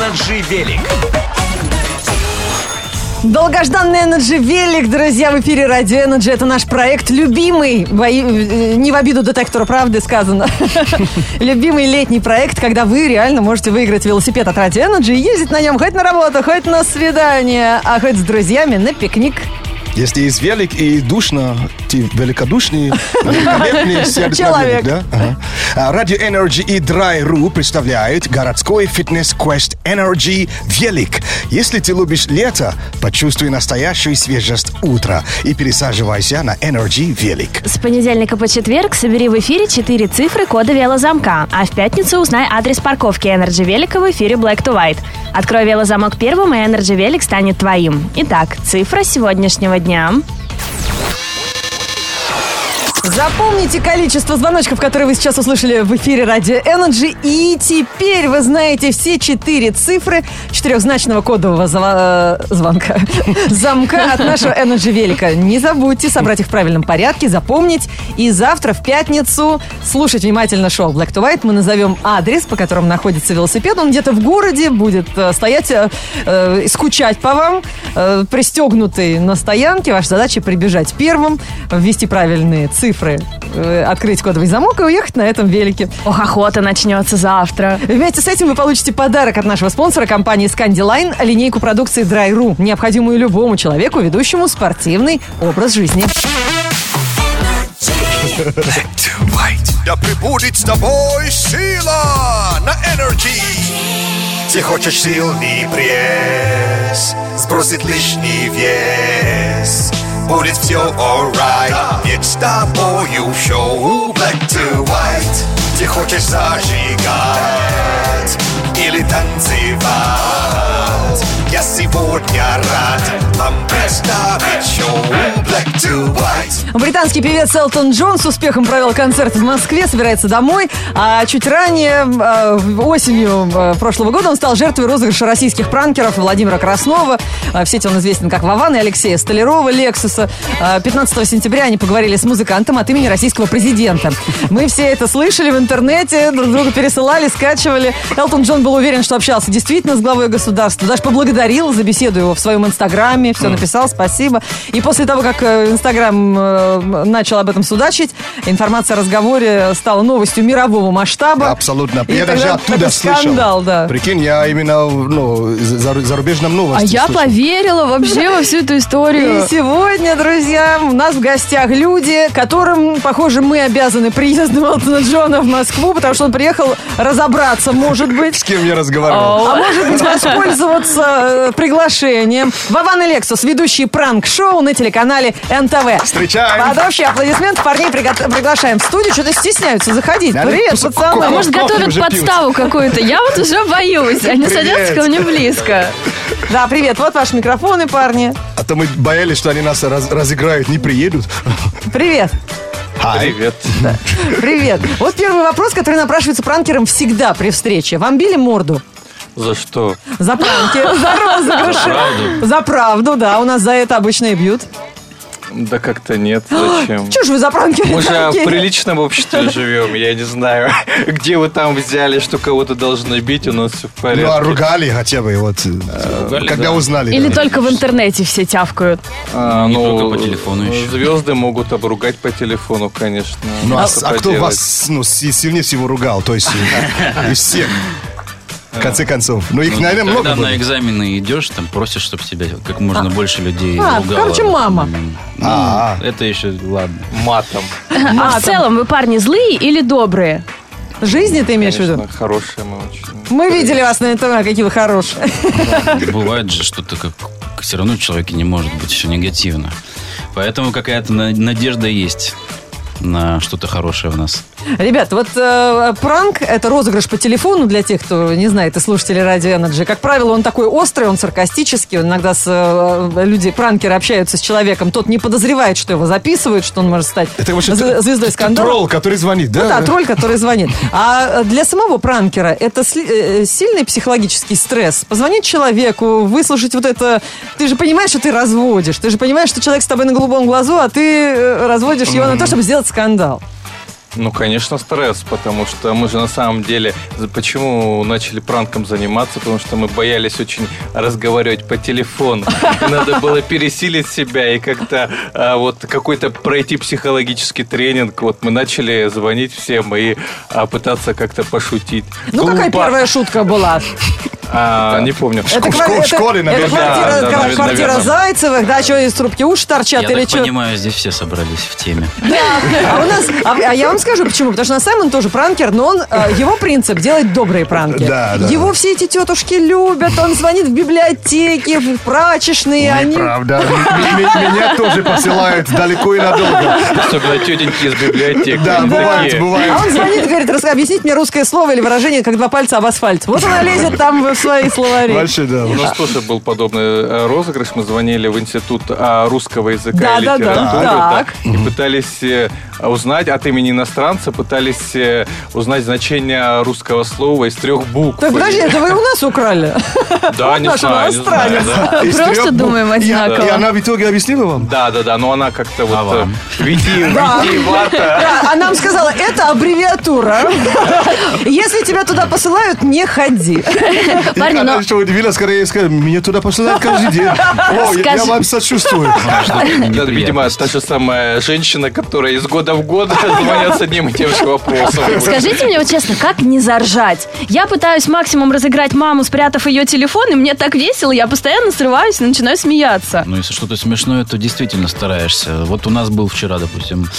Energy велик. Долгожданный Energy велик, друзья, в эфире Радио Energy. Это наш проект любимый, не в обиду детектора правды сказано, любимый летний проект, когда вы реально можете выиграть велосипед от Радио Energy и ездить на нем хоть на работу, хоть на свидание, а хоть с друзьями на пикник. Если есть велик и душно, ты великодушный, великолепный человек, да? Ага. Радио Energy и Dry.ru представляют городской фитнес-квест Energy велик. Если ты любишь лето, почувствуй настоящую свежесть утра и пересаживайся на Energy велик. С понедельника по четверг собери в эфире 4 цифры кода велозамка, а в пятницу узнай адрес парковки Energy велика в эфире Black to White. Открой велозамок первым, и Energy велик станет твоим. Итак, цифра сегодняшнего дня. Запомните количество звоночков, которые вы сейчас услышали в эфире Радио Energy. И теперь вы знаете все 4 цифры четырехзначного кодового звонка. Замка от нашего Energy велика. Не забудьте собрать их в правильном порядке, запомнить. И завтра, в пятницу, слушать внимательно шоу Black to White. Мы назовем адрес, по которому находится велосипед. Он где-то в городе будет стоять, скучать по вам, пристегнутый на стоянке. Ваша задача прибежать первым, ввести правильные цифры, открыть кодовый замок и уехать на этом велике. Ох, охота начнется завтра. Вместе с этим вы получите подарок от нашего спонсора компании Scandiline, линейку продукции Dry.ru, необходимую любому человеку, ведущему спортивный образ жизни. Да пребудет с тобой сила на Energy. Ты хочешь сильный пресс, сбросить лишний вес. Будет все alright, ведь с тобою шоу Black to White. Ты хочешь зажигать или танцевать? Я сегодня рад вам представить шоу Black to White. Британский певец Элтон Джон с успехом провел концерт в Москве, собирается домой. А чуть ранее, осенью прошлого года, он стал жертвой розыгрыша российских пранкеров Владимира Краснова. В сети он известен как Вован, и Алексея Столярова, Лексуса. 15 сентября они поговорили с музыкантом от имени российского президента. Мы все это слышали в интернете, друг друга пересылали, скачивали. Элтон Джон был уверен, что общался действительно с главой государства. Даже поблагодарил за беседу его в своем инстаграме. Все написал, спасибо. И после того, как инстаграм начал об этом судачить, информация о разговоре стала новостью мирового масштаба. Абсолютно. И Я даже оттуда слышал. Скандал, да. Прикинь, я именно зарубежном новости А я слышал. поверила вообще во всю эту историю. И сегодня, друзья, у нас в гостях люди, которым, похоже, мы обязаны приездом Элтона Джона в Москву, потому что он приехал разобраться, может быть. С кем я разговаривал? А может быть, воспользоваться приглашением. Вован и Лексус, ведущие пранк-шоу на телеканале НТВ. Встречаем. Под общий аплодисмент парней приглашаем в студию. Что-то стесняются заходить. Надо Привет, кусок пацаны. А может, кофе готовят уже подставу какую-то? Я вот уже боюсь. Они Привет. садятся ко мне близко. Да, привет. Вот ваши микрофоны, парни. А то мы боялись, что они нас разыграют, не приедут. Привет. Привет. Привет. Вот первый вопрос, который напрашивается пранкерам всегда при встрече. Вам били морду? За что? За пранки, за розыгрыши. За правду, да. У нас за это обычно и бьют. Да как-то нет, зачем? Чего же вы за пранки? Мы же в такие? приличном обществе живем, я не знаю, где вы там взяли, что кого-то должны бить, у нас все в порядке. Ну, а ругали хотя бы, вот, когда узнали. Или да. только в интернете все тявкают. Не только по телефону еще. Звезды могут обругать по телефону, конечно. Ну, а Что кто поделать? вас сильнее всего ругал? То есть из всех, в конце концов. Ну, их, наверное, много Когда было. на экзамены идешь, там просишь, чтобы тебя как можно больше людей ругало. короче, мама. Ну, это еще ладно. Матом. А в целом вы парни злые или добрые? Жизни ты имеешь в виду? Конечно, хорошие мы очень. Мы видели вас на НТВ, какие вы хорошие. Бывает же, что-то как все равно в человеке не может быть все негативно. Поэтому какая-то надежда есть на что-то хорошее в нас. Ребят, вот пранк – это розыгрыш по телефону для тех, кто не знает, и слушатели Радио Energy. Как правило, он такой острый, он саркастический. Иногда пранкеры общаются с человеком, тот не подозревает, что его записывают, что он может стать Это вообще звездой скандала. тролль, который звонит, да? Ну да, тролль, который звонит. А для самого пранкера это сильный психологический стресс. Позвонить человеку, выслушать вот это... Ты же понимаешь, что ты разводишь. Ты же понимаешь, что человек с тобой на голубом глазу, а ты разводишь его на то, чтобы сделать скандал. Ну, конечно, стресс, потому что мы же на самом деле... Почему начали пранком заниматься? Потому что мы боялись очень разговаривать по телефону. Надо было пересилить себя и как-то вот какой-то пройти психологический тренинг. Вот мы начали звонить всем и пытаться как-то пошутить. Ну, какая первая шутка была? Не помню. В школе, наверное. Это квартира Зайцевых, да, что из трубки уши торчат Я или так что? понимаю, здесь все собрались в теме. А я вам скажу, почему. Потому что Саймон тоже пранкер, но его принцип делать добрые пранки. Его все эти тетушки любят, он звонит в библиотеки, в прачечные. Неправда. Меня тоже посылают далеко и надолго. Особенно тетеньки из библиотеки. Да, бывает. А он звонит и говорит, объясните мне русское слово или выражение, как два пальца об асфальт. Вот она лезет там в свои словари. Вообще, да. У нас тоже был подобный розыгрыш. Мы звонили в Институт русского языка и литературы. И пытались узнать от имени иностранца, пытались узнать значение русского слова из 3 букв. Так, подожди, это вы у нас украли? Да, не знаю. Просто думаем одинаково. И она в итоге объяснила вам? Да, но она как-то вот витиевата. А нам сказала, это аббревиатура. Если тебя туда посылают, не ходи. Парни, но... Она что удивилась, скорее сказала, меня туда посылают каждый день. О, я вам сочувствую. Видимо, та же самая женщина, которая из года в год звонят с одним и тем же вопросом. Скажите мне вот честно, как не заржать? Я пытаюсь максимум разыграть маму, спрятав ее телефон, и мне так весело, я постоянно срываюсь и начинаю смеяться. Ну, если что-то смешное, то действительно стараешься. Вот у нас был вчера, допустим,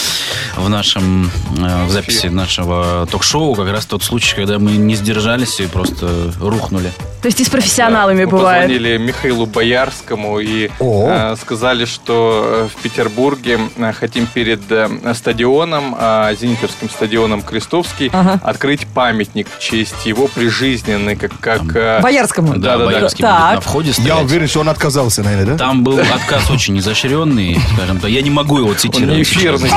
в записи нашего ток-шоу как раз тот случай, когда мы не сдержались и просто рухнули. То есть и с профессионалами мы бывает. Позвонили Михаилу Боярскому и сказали, что в Петербурге хотим перед стадионом, Зенитовским стадионом Крестовский, открыть памятник в честь его прижизненный, как Боярскому. Да, Боярский будет на входе стоять. Я уверен, что он отказался, наверное, да? Там был отказ очень изощренный, скажем так. Я не могу его цитировать. Он не эфирный, к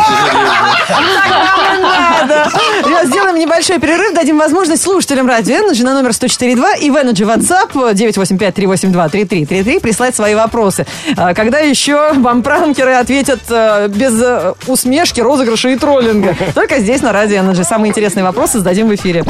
сожалению. Сделаем небольшой перерыв, дадим возможность слушателям радио Energy на номер 104.2 и в Energy WhatsApp 985-382-3333 прислать свои вопросы. Когда еще вам пранкеры ответят без усмешки, розыгрыша и троллинга? Только здесь, на радио Energy. Самые интересные вопросы зададим в эфире.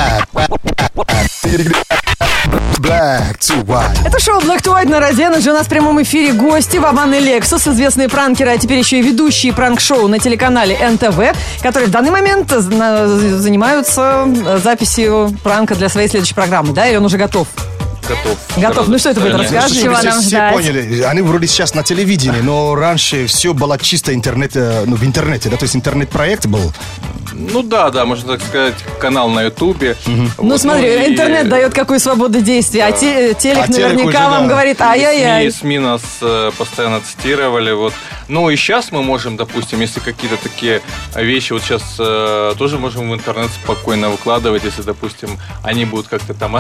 Это шоу Black to White на радио Energy. У нас в прямом эфире гости Вован и Лексус, известные пранкеры, а теперь еще и ведущие пранк-шоу на телеканале НТВ, которые в данный момент занимаются записью пранка для своей следующей программы. Да, или он уже готов? Готов. Ну что это будет? Расскажи. Чего нам Все ждать? поняли. Они вроде сейчас на телевидении, но раньше все было чисто интернет, в интернете, да, то есть интернет-проект был. Ну да, можно так сказать, канал на Ютубе. Ну смотри, интернет дает какую свободу действия, а телек наверняка уже, вам говорит ай-яй-яй. СМИ нас постоянно цитировали. Вот. Ну и сейчас мы можем, допустим, если какие-то такие вещи, вот сейчас тоже можем в интернет спокойно выкладывать, если, допустим, они будут как-то там,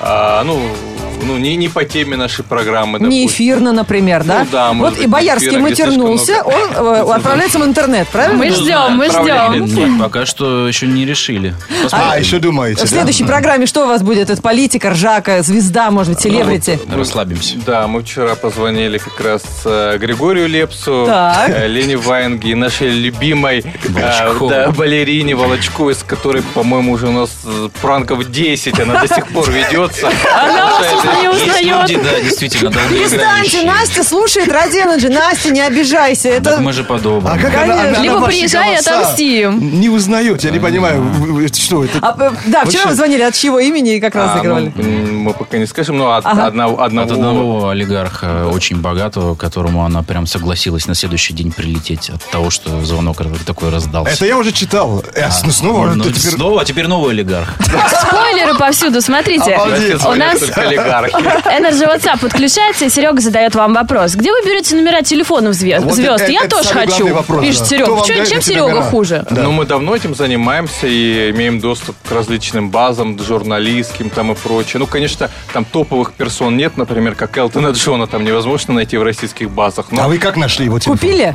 не по теме нашей программы. Не эфирно, например, да? Ну, да, вот и Боярский матернулся, он отправляется в интернет, правильно? Мы ждем. Нет, пока что еще не решили. Еще думаете, В следующей программе что у вас будет? Это политика, ржака, звезда, может быть, селебрити? Расслабимся. Да, мы вчера позвонили как раз Григорию Лепсу, Так. Лене Ваенге и нашей любимой балерине Волочковой, с которой, по-моему, уже у нас пранков 10, она до сих пор ведется. Она вас уже не Есть узнает. люди, да, действительно, Перестаньте, Настя слушает радио Energy. Настя, не обижайся. Так Это... мы же по-доброму. Либо вашего приезжай и голоса отомстим. Не узнает, я не понимаю, что это. Да, вчера вы звонили, от чьего имени и как раз заигрывали? Мы пока не скажем, но от одного... От одного олигарха очень богатого, которому она прям согласилась на следующий день прилететь от того, что звонок такой раздался. Это я уже читал. Снова? Снова, а теперь новый олигарх. Спойлеры повсюду, смотрите. Обалдеть. У нас олигархи. Energy WhatsApp подключается, и Серега задает вам вопрос. Где вы берете номера телефонов звезд? Вот Я это тоже самый хочу. главный вопрос, Пишет да. Серега. Кто вам дает Чем эти Серега номера? хуже? Да. Ну, мы давно этим занимаемся и имеем доступ к различным базам, журналистским там и прочее. Ну, конечно, там топовых персон нет, например, как Элтона Джона, там невозможно найти в российских базах. А вы как нашли его телефон? Купили?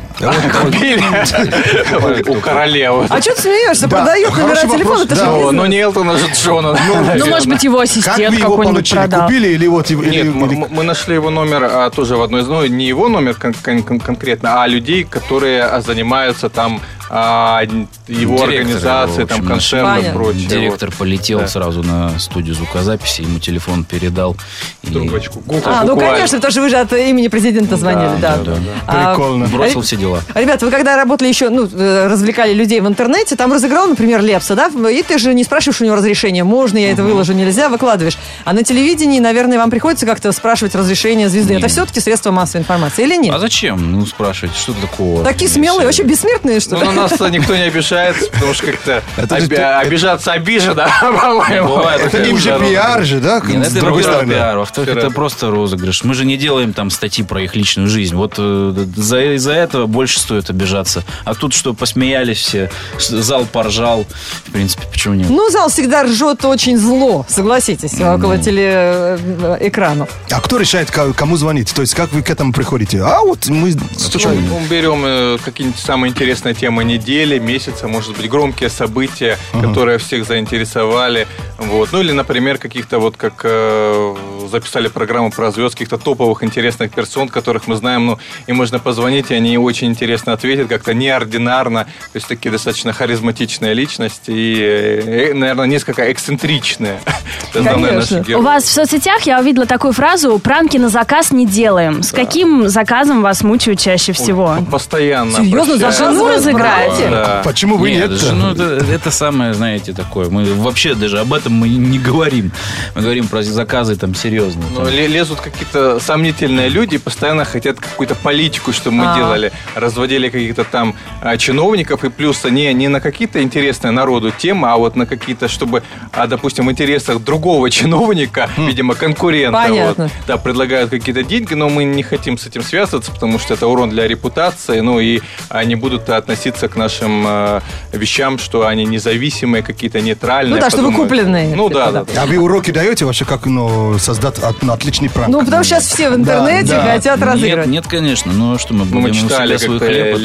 Купили у королевы. А что ты смеешься? Да, Продают номера хороший телефона, вопрос. это же Да, бизнес. Но не Элтона же Джона. Ну, может быть, его Как вы ассистент его какой-нибудь получили? продал. Купили или вот... Нет, мы нашли его номер тоже в одной из... Ну, не его номер конкретно, а людей, которые занимаются там его организации, там, концерты и прочее. Директор полетел сразу на студию звукозаписи, ему телефон передал. Трубочку. Ну, конечно, потому что вы же от имени президента звонили. Да. Прикольно. Бросил все дела. Ребята, вы когда работали еще, развлекали людей в интернете, там разыграл, например, Лепса, да, и ты же не спрашиваешь у него разрешения, можно я это выложу, нельзя, выкладываешь. А на телевидении, наверное, вам приходится как-то спрашивать разрешение звезды. Нет. Это все-таки средство массовой информации или нет? А зачем? Спрашивать, что такого? Такие смелые, вообще бессмертные, что ли? Ну, нас никто не обижается, потому что как-то обижаться обижено, по-моему. Это им же пиар же, да? Нет, это другой пиар. Во-вторых, это просто розыгрыш. Мы же не делаем там статьи про их личную жизнь. Вот из-за этого больше стоит обижаться. А тут что, посмеялись все, зал поржал. В принципе, почему нет? Ну, зал всегда ржет очень зло, согласитесь, около телеэкранов. А кто решает, кому звонить? То есть, как вы к этому приходите? Вот мы берем какие-нибудь самые интересные темы недели, месяца, может быть, громкие события, которые всех заинтересовали. Вот. Ну, или, например, каких-то вот как записали программу про звезд, каких-то топовых интересных персон, которых мы знаем, и можно позвонить, и они очень интересно ответят, как-то неординарно, то есть такие достаточно харизматичные личности и, наверное, несколько эксцентричные. Конечно. У вас в соцсетях я увидела такую фразу: «Пранки на заказ не делаем». С каким заказом вас мучают чаще всего? Постоянно. Серьезно, за жену разыграете? Да. Почему вы нет? Это самое, знаете, такое. Мы вообще даже об этом мы не говорим. Мы говорим про заказы там серьезные. Лезут какие-то сомнительные люди, постоянно хотят какую-то политику, чтобы мы делали. Разводили каких-то там чиновников, и плюс не на какие-то интересные народу темы, а вот на какие-то, чтобы, допустим, в интересах другого чиновника, видимо, конкурента, предлагают какие-то деньги, но мы не хотим с этим связываться, потому что это урон для репутации, и они будут относиться к нашим вещам, что они независимые, какие-то нейтральные. Что вы купленные. Да. А вы уроки даете вообще, как создать отличный пранк? Потому что сейчас все в интернете хотят разыгрывать. Нет, конечно. Что мы будем? Мы читали свой хлеб.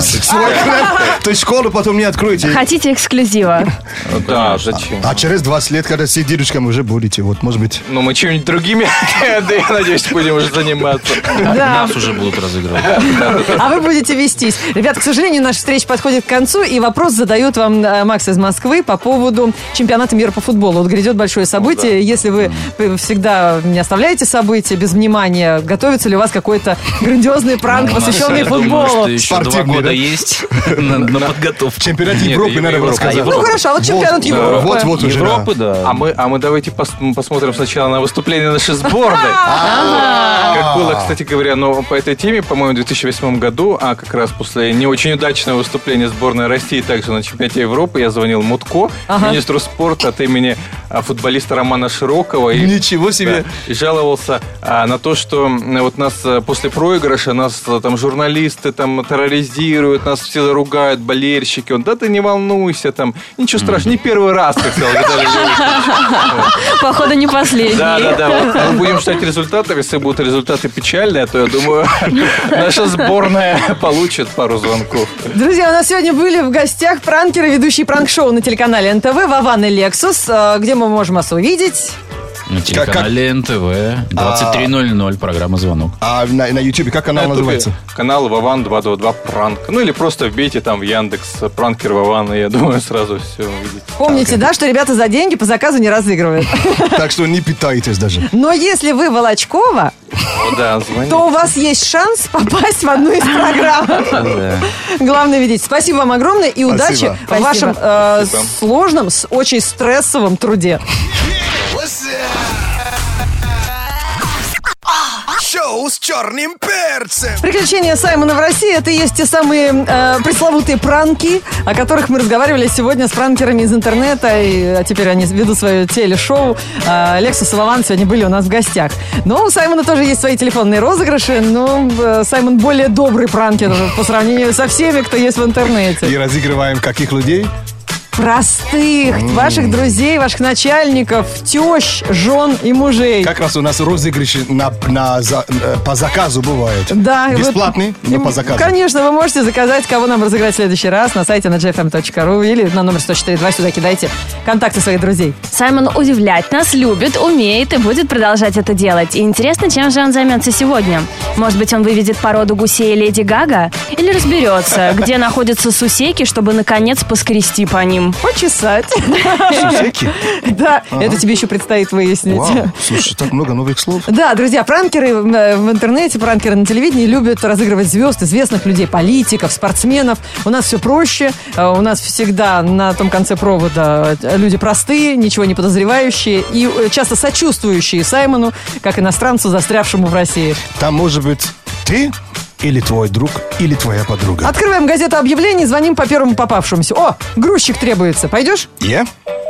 То есть школу потом не откроете? Хотите эксклюзива? Да, зачем? А через 20 лет, когда все дедушками уже будете, может быть... Мы чем-нибудь другими, да, я надеюсь, будем уже заниматься. Нас уже будут разыгрывать. А вы будете вестись. Ребят, к сожалению, наша встреча подходит к концу, и вопрос задает вам Макс из Москвы по поводу чемпионата мира по футболу. Вот грядет большое событие. Если вы всегда не оставляете события без внимания, готовится ли у вас какой-то грандиозный пранк, посвященный футболу? Думаю, что еще 2 года есть на подготовку. Чемпионат Европы, надо было сказать. Хорошо, а вот чемпионат Европы. Вот уже. Европы, да. А мы давайте посмотрим сначала на выступление нашей сборной. Как было, кстати говоря, по этой теме, по-моему, в 2008 году, как раз после не очень удачного выступления сборной России также на чемпионате Европы, я звонил Мутко, министру спорта от имени футболиста Романа Широкова. Ничего себе! И жаловался на то, что вот нас после проигрыша, нас там журналисты там терроризируют, нас все ругают, болельщики. Он: да ты не волнуйся, там ничего страшного, не первый раз, как сказал Виталий Леонидович. Походу, не последний. Да. Мы будем ждать результатов. Если будут результаты печальные, то, я думаю, наша сборная получит пару звонков. Друзья, у нас сегодня были в гостях пранкеры, ведущие пранк-шоу на телеканале НТВ Вован и Лексус. Где мы можем вас увидеть? На телеканале НТВ 23:00 программа «Звонок». А на Ютубе как канал называется? Канал Вован 222 пранк. Или просто вбейте там в Яндекс пранкер Вован, и я думаю, сразу все увидите. Помните, что ребята за деньги по заказу не разыгрывают. Так что не питайтесь даже. Но если вы Волочкова, то у вас есть шанс попасть в одну из программ. Главное видеть. Спасибо вам огромное и удачи в вашем сложном, очень стрессовом труде. Шоу с черным перцем. Приключения Саймона в России — это и есть те самые пресловутые пранки, о которых мы разговаривали сегодня с пранкерами из интернета, а теперь они ведут свое телешоу. Лексус и Вован сегодня были у нас в гостях. Но у Саймона тоже есть свои телефонные розыгрыши, но Саймон более добрый пранкер по сравнению со всеми, кто есть в интернете. И разыгрываем каких людей? простых, ваших друзей, ваших начальников, тещ, жен и мужей. Как раз у нас розыгрыш по заказу бывает. Да. Бесплатный, но по заказу. Конечно, вы можете заказать, кого нам разыграть в следующий раз на сайте energyfm.ru или на номер 104.2. Сюда кидайте контакты своих друзей. Саймон удивлять нас любит, умеет и будет продолжать это делать. И интересно, чем же он займется сегодня. Может быть, он выведет породу гусей Леди Гага? Или разберется, где находятся сусеки, чтобы, наконец, поскрести по ним? Почесать. Сусеки? Да, это тебе еще предстоит выяснить. Вау, слушай, так много новых слов. Да, друзья, пранкеры в интернете, пранкеры на телевидении любят разыгрывать звезд, известных людей, политиков, спортсменов. У нас все проще. У нас всегда на том конце провода люди простые, ничего не подозревающие и часто сочувствующие Саймону, как иностранцу, застрявшему в России. Там может быть ты или твой друг, или твоя подруга. Открываем газету объявлений, звоним по первому попавшемуся. О, грузчик требуется. Пойдешь? Я?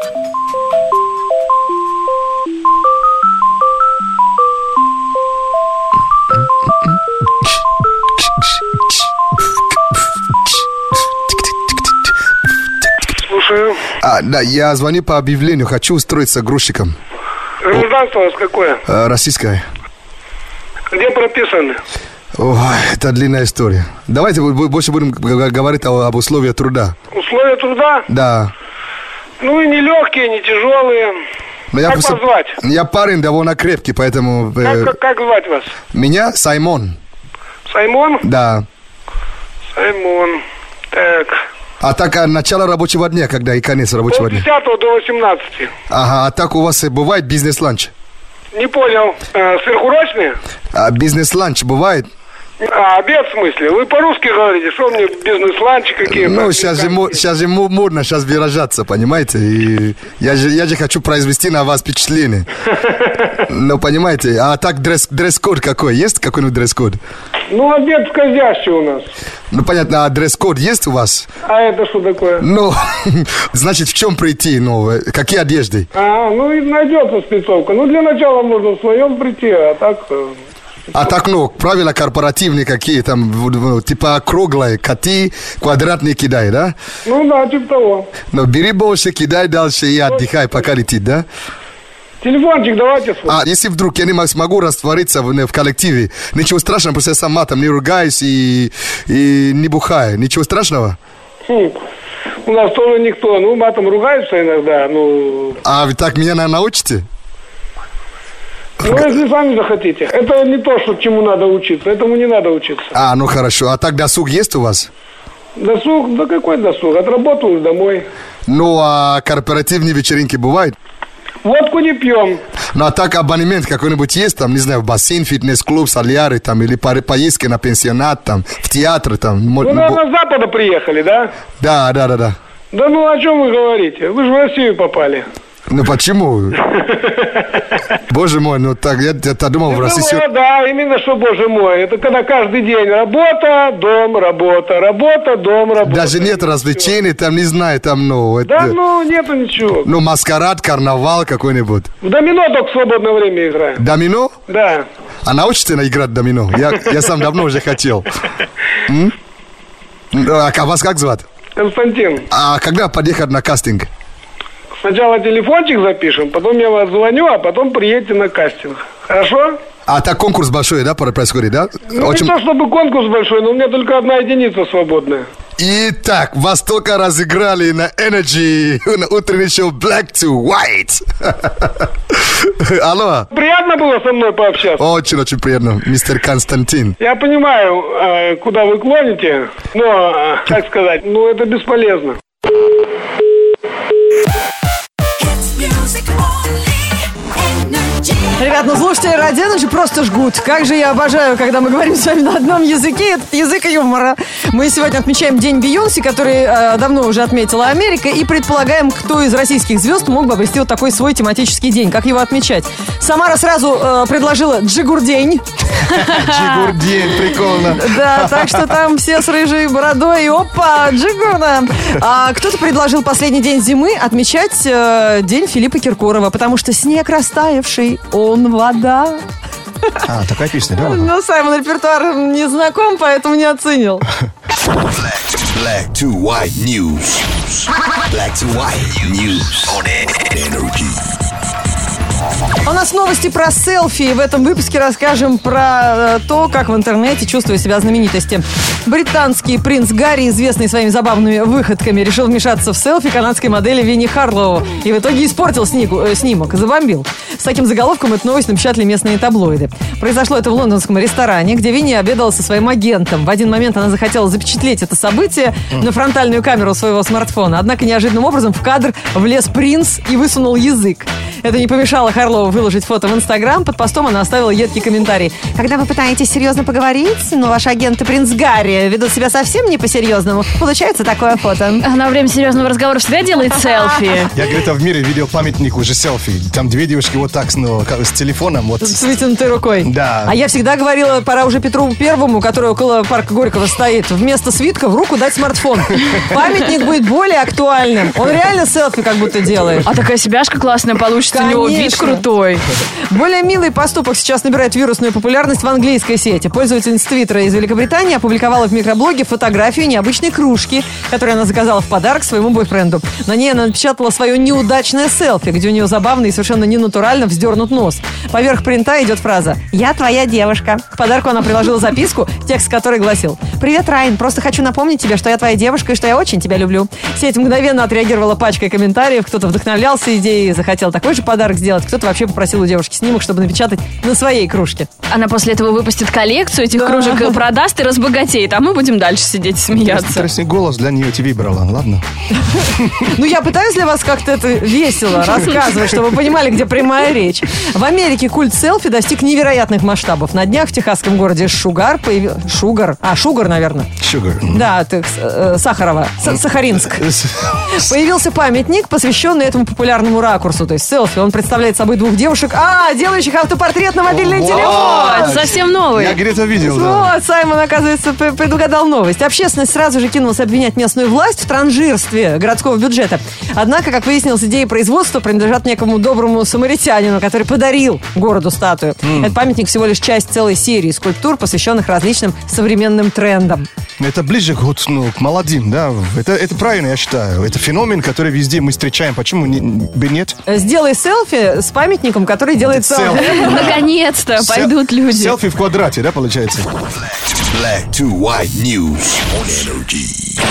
Слушаю. Да, я звоню по объявлению, хочу устроиться грузчиком. Гражданство у вас какое? Российское. Где прописаны? Ой, это длинная история. Давайте больше будем говорить об условиях труда. Условия труда? Да. Ну и не легкие, не тяжелые. Но Как вас звать? Я парень довольно крепкий, поэтому... Как звать вас? Меня Саймон. Саймон? Да. Саймон. Так. А так, начало рабочего дня, когда и конец рабочего От дня? 10 до 18. Ага, а так у вас бывает бизнес-ланч? Не понял. Сверхурочные? Бизнес-ланч бывает? Обед в смысле? Вы по-русски говорите, что мне бизнес-ланчи какие-то? Ну, сейчас же модно выражаться, понимаете? И я же хочу произвести на вас впечатление. Ну, понимаете, а так дресс-код какой? Есть какой-нибудь дресс-код? Ну, обед скользящий у нас. Ну, понятно, а дресс-код есть у вас? А это что такое? Ну, значит, в чем прийти? Ну, какие одежды? Ну и найдется спецовка. Ну, для начала можно в своем прийти, а так... А так, ну, правила корпоративные какие там, типа круглые, коти, квадратные кидай, да? Ну да, типа того. Но бери больше, кидай дальше и отдыхай, пока летит, да? Телефончик давайте свой. А если вдруг я не смогу раствориться в коллективе, ничего страшного, просто я сам матом не ругаюсь и не бухаю. Ничего страшного? У нас тоже никто, матом ругаются иногда, А вы так меня научите? если сами захотите. Это не то, чему надо учиться, этому не надо учиться. Ну хорошо. А так досуг есть у вас? Досуг? Да какой досуг? Отработал домой. Ну, а корпоративные вечеринки бывают? Водку не пьем. Ну, а так абонемент какой-нибудь есть, там, не знаю, в бассейн, фитнес-клуб, соляры, там, или поездки на пенсионат, там, в театр, там. Вы, наверное, с Запада приехали, да? Да. Да о чем вы говорите? Вы же в Россию попали. Ну, почему? Боже мой, так, я думал, в России... Да, именно что, боже мой. Это когда каждый день работа, дом, работа, работа, дом, работа. Даже нет развлечений, там, не знаю, там, Да, нету ничего. Маскарад, карнавал какой-нибудь. В домино только в свободное время играем. Домино? Да. А научите играть в домино? Я сам давно уже хотел. А вас как звать? Константин. А когда подъехать на кастинг? Сначала телефончик запишем, потом я вас звоню, а потом приедете на кастинг. Хорошо? А так конкурс большой, да, происходит, да? Не то чтобы конкурс большой, но у меня только одна единица свободная. Итак, вас только разыграли на Energy, на утреннее шоу Black to White. Алло. Приятно было со мной пообщаться? Очень приятно, мистер Константин. Я понимаю, куда вы клоните, но, как сказать, это бесполезно. Ребят, слушатели Радио Energy просто жгут. Как же я обожаю, когда мы говорим с вами на одном языке. Этот язык юмора. Мы сегодня отмечаем День Бейонсе, который давно уже отметила Америка. И предполагаем, кто из российских звезд мог бы обрести вот такой свой тематический день. Как его отмечать? Самара сразу предложила Джигурдень. Джигурдень, прикольно. Да, так что там все с рыжей бородой. И опа, Джигурна. А кто-то предложил последний день зимы отмечать День Филиппа Киркорова. Потому что снег растаявший, он вода. Такая песня, да? Но Саймон репертуар не знаком, поэтому не оценил. Black to white news. Black to white news on Energy. У нас новости про селфи. И в этом выпуске расскажем про то, как в интернете чувствуют себя знаменитости. Британский принц Гарри, известный своими забавными выходками, решил вмешаться в селфи канадской модели Винни Харлоу. И в итоге испортил снимок, забомбил. С таким заголовком эту новость напечатали местные таблоиды. Произошло это в лондонском ресторане, где Винни обедала со своим агентом. В один момент она захотела запечатлеть это событие на фронтальную камеру своего смартфона. Однако неожиданным образом в кадр влез принц и высунул язык. Это не помешало Харлоу выложить фото в Инстаграм. Под постом она оставила едкий комментарий. Когда вы пытаетесь серьезно поговорить, но ваш агент и принц Гарри ведут себя совсем не по-серьезному, получается такое фото. Она во время серьезного разговора всегда делает селфи. Я говорю, это в мире видеопамятник уже селфи. Там две девушки вот так с телефоном. Вот. С вытянутой рукой. Да. А я всегда говорила, пора уже Петру Первому, который около парка Горького стоит, вместо свитка в руку дать смартфон. Памятник будет более актуальным. Он реально селфи как будто делает. А такая себяшка классная получится. У него вид крутой. Более милый поступок сейчас набирает вирусную популярность в английской сети. Пользовательница Твиттера из Великобритании опубликовала в микроблоге фотографию необычной кружки, которую она заказала в подарок своему бойфренду. На ней она напечатала свое неудачное селфи, где у нее забавно и совершенно ненатурально вздернут нос. Поверх принта идет фраза «Я твоя девушка». К подарку она приложила записку, текст которой гласил: «Привет, Райан, просто хочу напомнить тебе, что я твоя девушка и что я очень тебя люблю». Сеть мгновенно отреагировала пачкой комментариев. Кто-то вдохновлялся идеей и захотел такой же подарок сделать. Кто-то вообще попросил у девушки снимок, чтобы напечатать на своей кружке. Она после этого выпустит коллекцию этих кружек и продаст и разбогатеет. А мы будем дальше сидеть и смеяться. Интересный голос для нее ты выбрала, ладно? Ну, я пытаюсь для вас как-то это весело рассказывать, чтобы вы понимали, где прямая речь. В Америке культ селфи достиг невероятных масштабов. На днях в техасском городе Шугар появился... Шугар, наверное. Sugar. Да, Сахарова. Сахаринск. Появился памятник, посвященный этому популярному ракурсу, то есть селфи. Он представляет собой двух девушек, делающих автопортрет на мобильный телефон. Совсем новый. Я где-то видел, да. Вот, Саймон, оказывается, предугадал новость. Общественность сразу же кинулась обвинять местную власть в транжирстве городского бюджета. Однако, как выяснилось, идеи производства принадлежат некому доброму самаритянину, который подарил городу статую. Этот памятник всего лишь часть целой серии скульптур, посвященных различным современным трендам. Это ближе к молодым, да. Это правильно, я считаю. Это феномен, который везде мы встречаем. Почему бы нет? Сделай селфи с памятником, который делает селфи. Наконец-то пойдут люди. Селфи в квадрате, да, получается? Black to white news on Energy.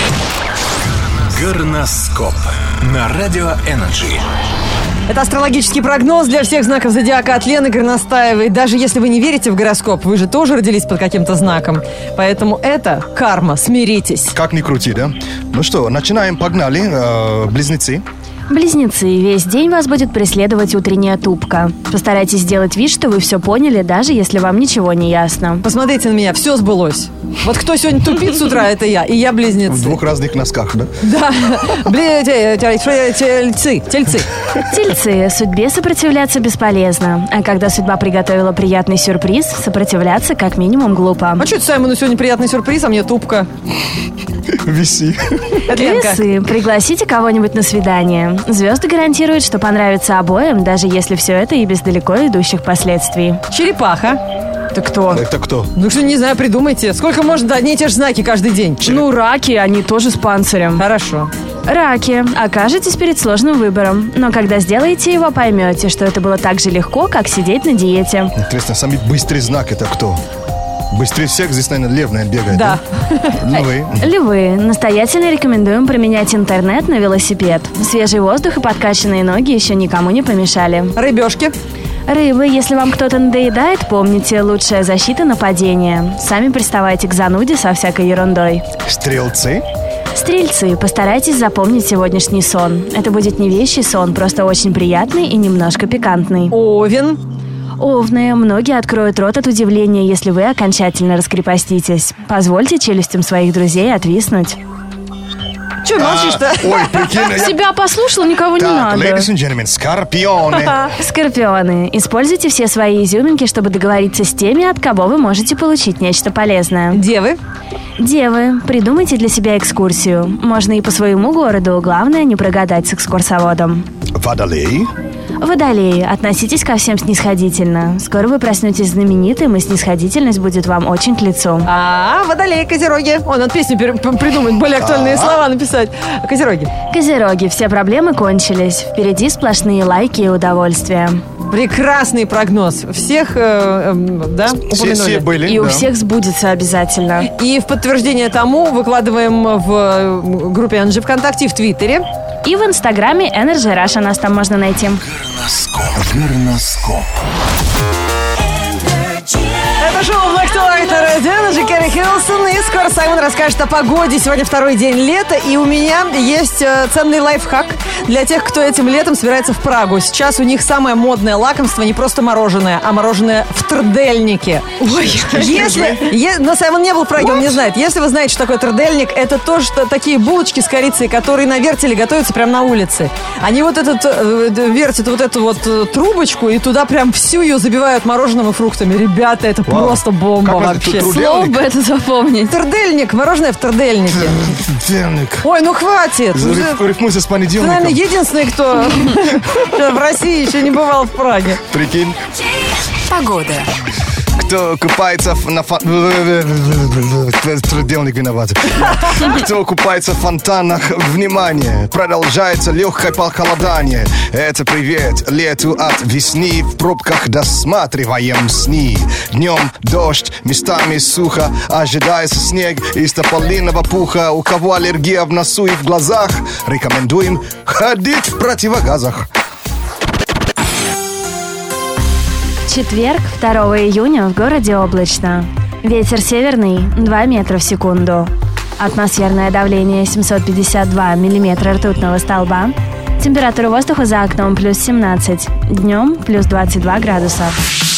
Горноскоп на радио Energy. Это астрологический прогноз для всех знаков зодиака от Лены Горностаевой. Даже если вы не верите в гороскоп, вы же тоже родились под каким-то знаком. Поэтому это карма, смиритесь. Как ни крути, да? Ну что, начинаем, погнали. Близнецы. Близнецы, весь день вас будет преследовать утренняя тупка. Постарайтесь сделать вид, что вы все поняли, даже если вам ничего не ясно. Посмотрите на меня, все сбылось. Вот кто сегодня тупит с утра, это я. И я близнецы. В двух разных носках, да? Да. Тельцы. Тельцы, судьбе сопротивляться бесполезно. А когда судьба приготовила приятный сюрприз, сопротивляться как минимум глупо. А что это Саймону сегодня приятный сюрприз, а мне тупка? Виси. Весы, пригласите кого-нибудь на свидание. Звезды гарантируют, что понравится обоим, даже если все это и без далеко идущих последствий. Черепаха. Это кто? Это кто? Ну что, не знаю, придумайте. Сколько можно одни и те же знаки каждый день? Ну, раки, они тоже с панцирем. Хорошо. Раки, окажетесь перед сложным выбором. Но когда сделаете его, поймете, что это было так же легко, как сидеть на диете. Интересно, самый быстрый знак это кто? Быстрее всех здесь, наверное, лев, бегает. Да. Львы. Львы. Настоятельно рекомендуем применять интернет на велосипед. Свежий воздух и подкачанные ноги еще никому не помешали. Рыбешки. Рыбы, если вам кто-то надоедает, помните, лучшая защита — нападение. Сами приставайте к зануде со всякой ерундой. Стрелцы. Стрельцы, постарайтесь запомнить сегодняшний сон. Это будет не вещий сон, просто очень приятный и немножко пикантный. Овен. Овны, многие откроют рот от удивления, если вы окончательно раскрепоститесь. Позвольте челюстям своих друзей отвиснуть. Че молчишь-то? Ой, прикинь, Себя послушал, никого не Так, надо. ladies and gentlemen, скорпионы. Скорпионы, используйте все свои изюминки, чтобы договориться с теми, от кого вы можете получить нечто полезное. Девы. Девы, придумайте для себя экскурсию. Можно и по своему городу, главное не прогадать с экскурсоводом. Водолей. Водолеи, относитесь ко всем снисходительно. Скоро вы проснетесь знаменитым, и снисходительность будет вам очень к лицу. Водолеи, козероги. Надо песню придумать, более актуальные слова написать. Козероги. Козероги, все проблемы кончились. Впереди сплошные лайки и удовольствия. Прекрасный прогноз. Всех, упомянули. Все были. И у всех сбудется обязательно. И в подтверждение тому выкладываем в группе Energy ВКонтакте и в Твиттере. И в Инстаграме Energy Russia нас там можно найти. Горноскоп. Это шоу Black to White на Радио Energy, Кэрри Хилсон. И скоро Саймон расскажет о погоде. Сегодня второй день лета. И у меня есть ценный лайфхак для тех, кто этим летом собирается в Прагу. Сейчас у них самое модное лакомство не просто мороженое, а мороженое в трдельнике. Но Саймон не был в Праге, он не знает. Если вы знаете, что такое трдельник, это тоже такие булочки с корицей, которые на вертеле готовятся прямо на улице. Они вертят вот эту вот трубочку и туда прям всю ее забивают мороженым и фруктами. Ребята, это просто бомба вообще. Слово бы это запомнить. Трдельник, мороженое в трдельнике. Трдельник. Ой, ну хватит. Рифмуется с понедельником. Ты, наверное, единственный, кто в России еще не бывал в Праге. Прикинь. Погода. Кто купается трудельник виноват. Кто купается в фонтанах, внимание, продолжается легкое похолодание. Это привет лету от весны, в пробках досматриваем сны. Днем дождь, местами сухо, ожидается снег из тополиного пуха. У кого аллергия в носу и в глазах, рекомендуем ходить в противогазах. Четверг, 2 июня, в городе облачно. Ветер северный 2 метра в секунду. Атмосферное давление 752 миллиметра ртутного столба. Температура воздуха за окном плюс 17. Днем плюс 22 градуса.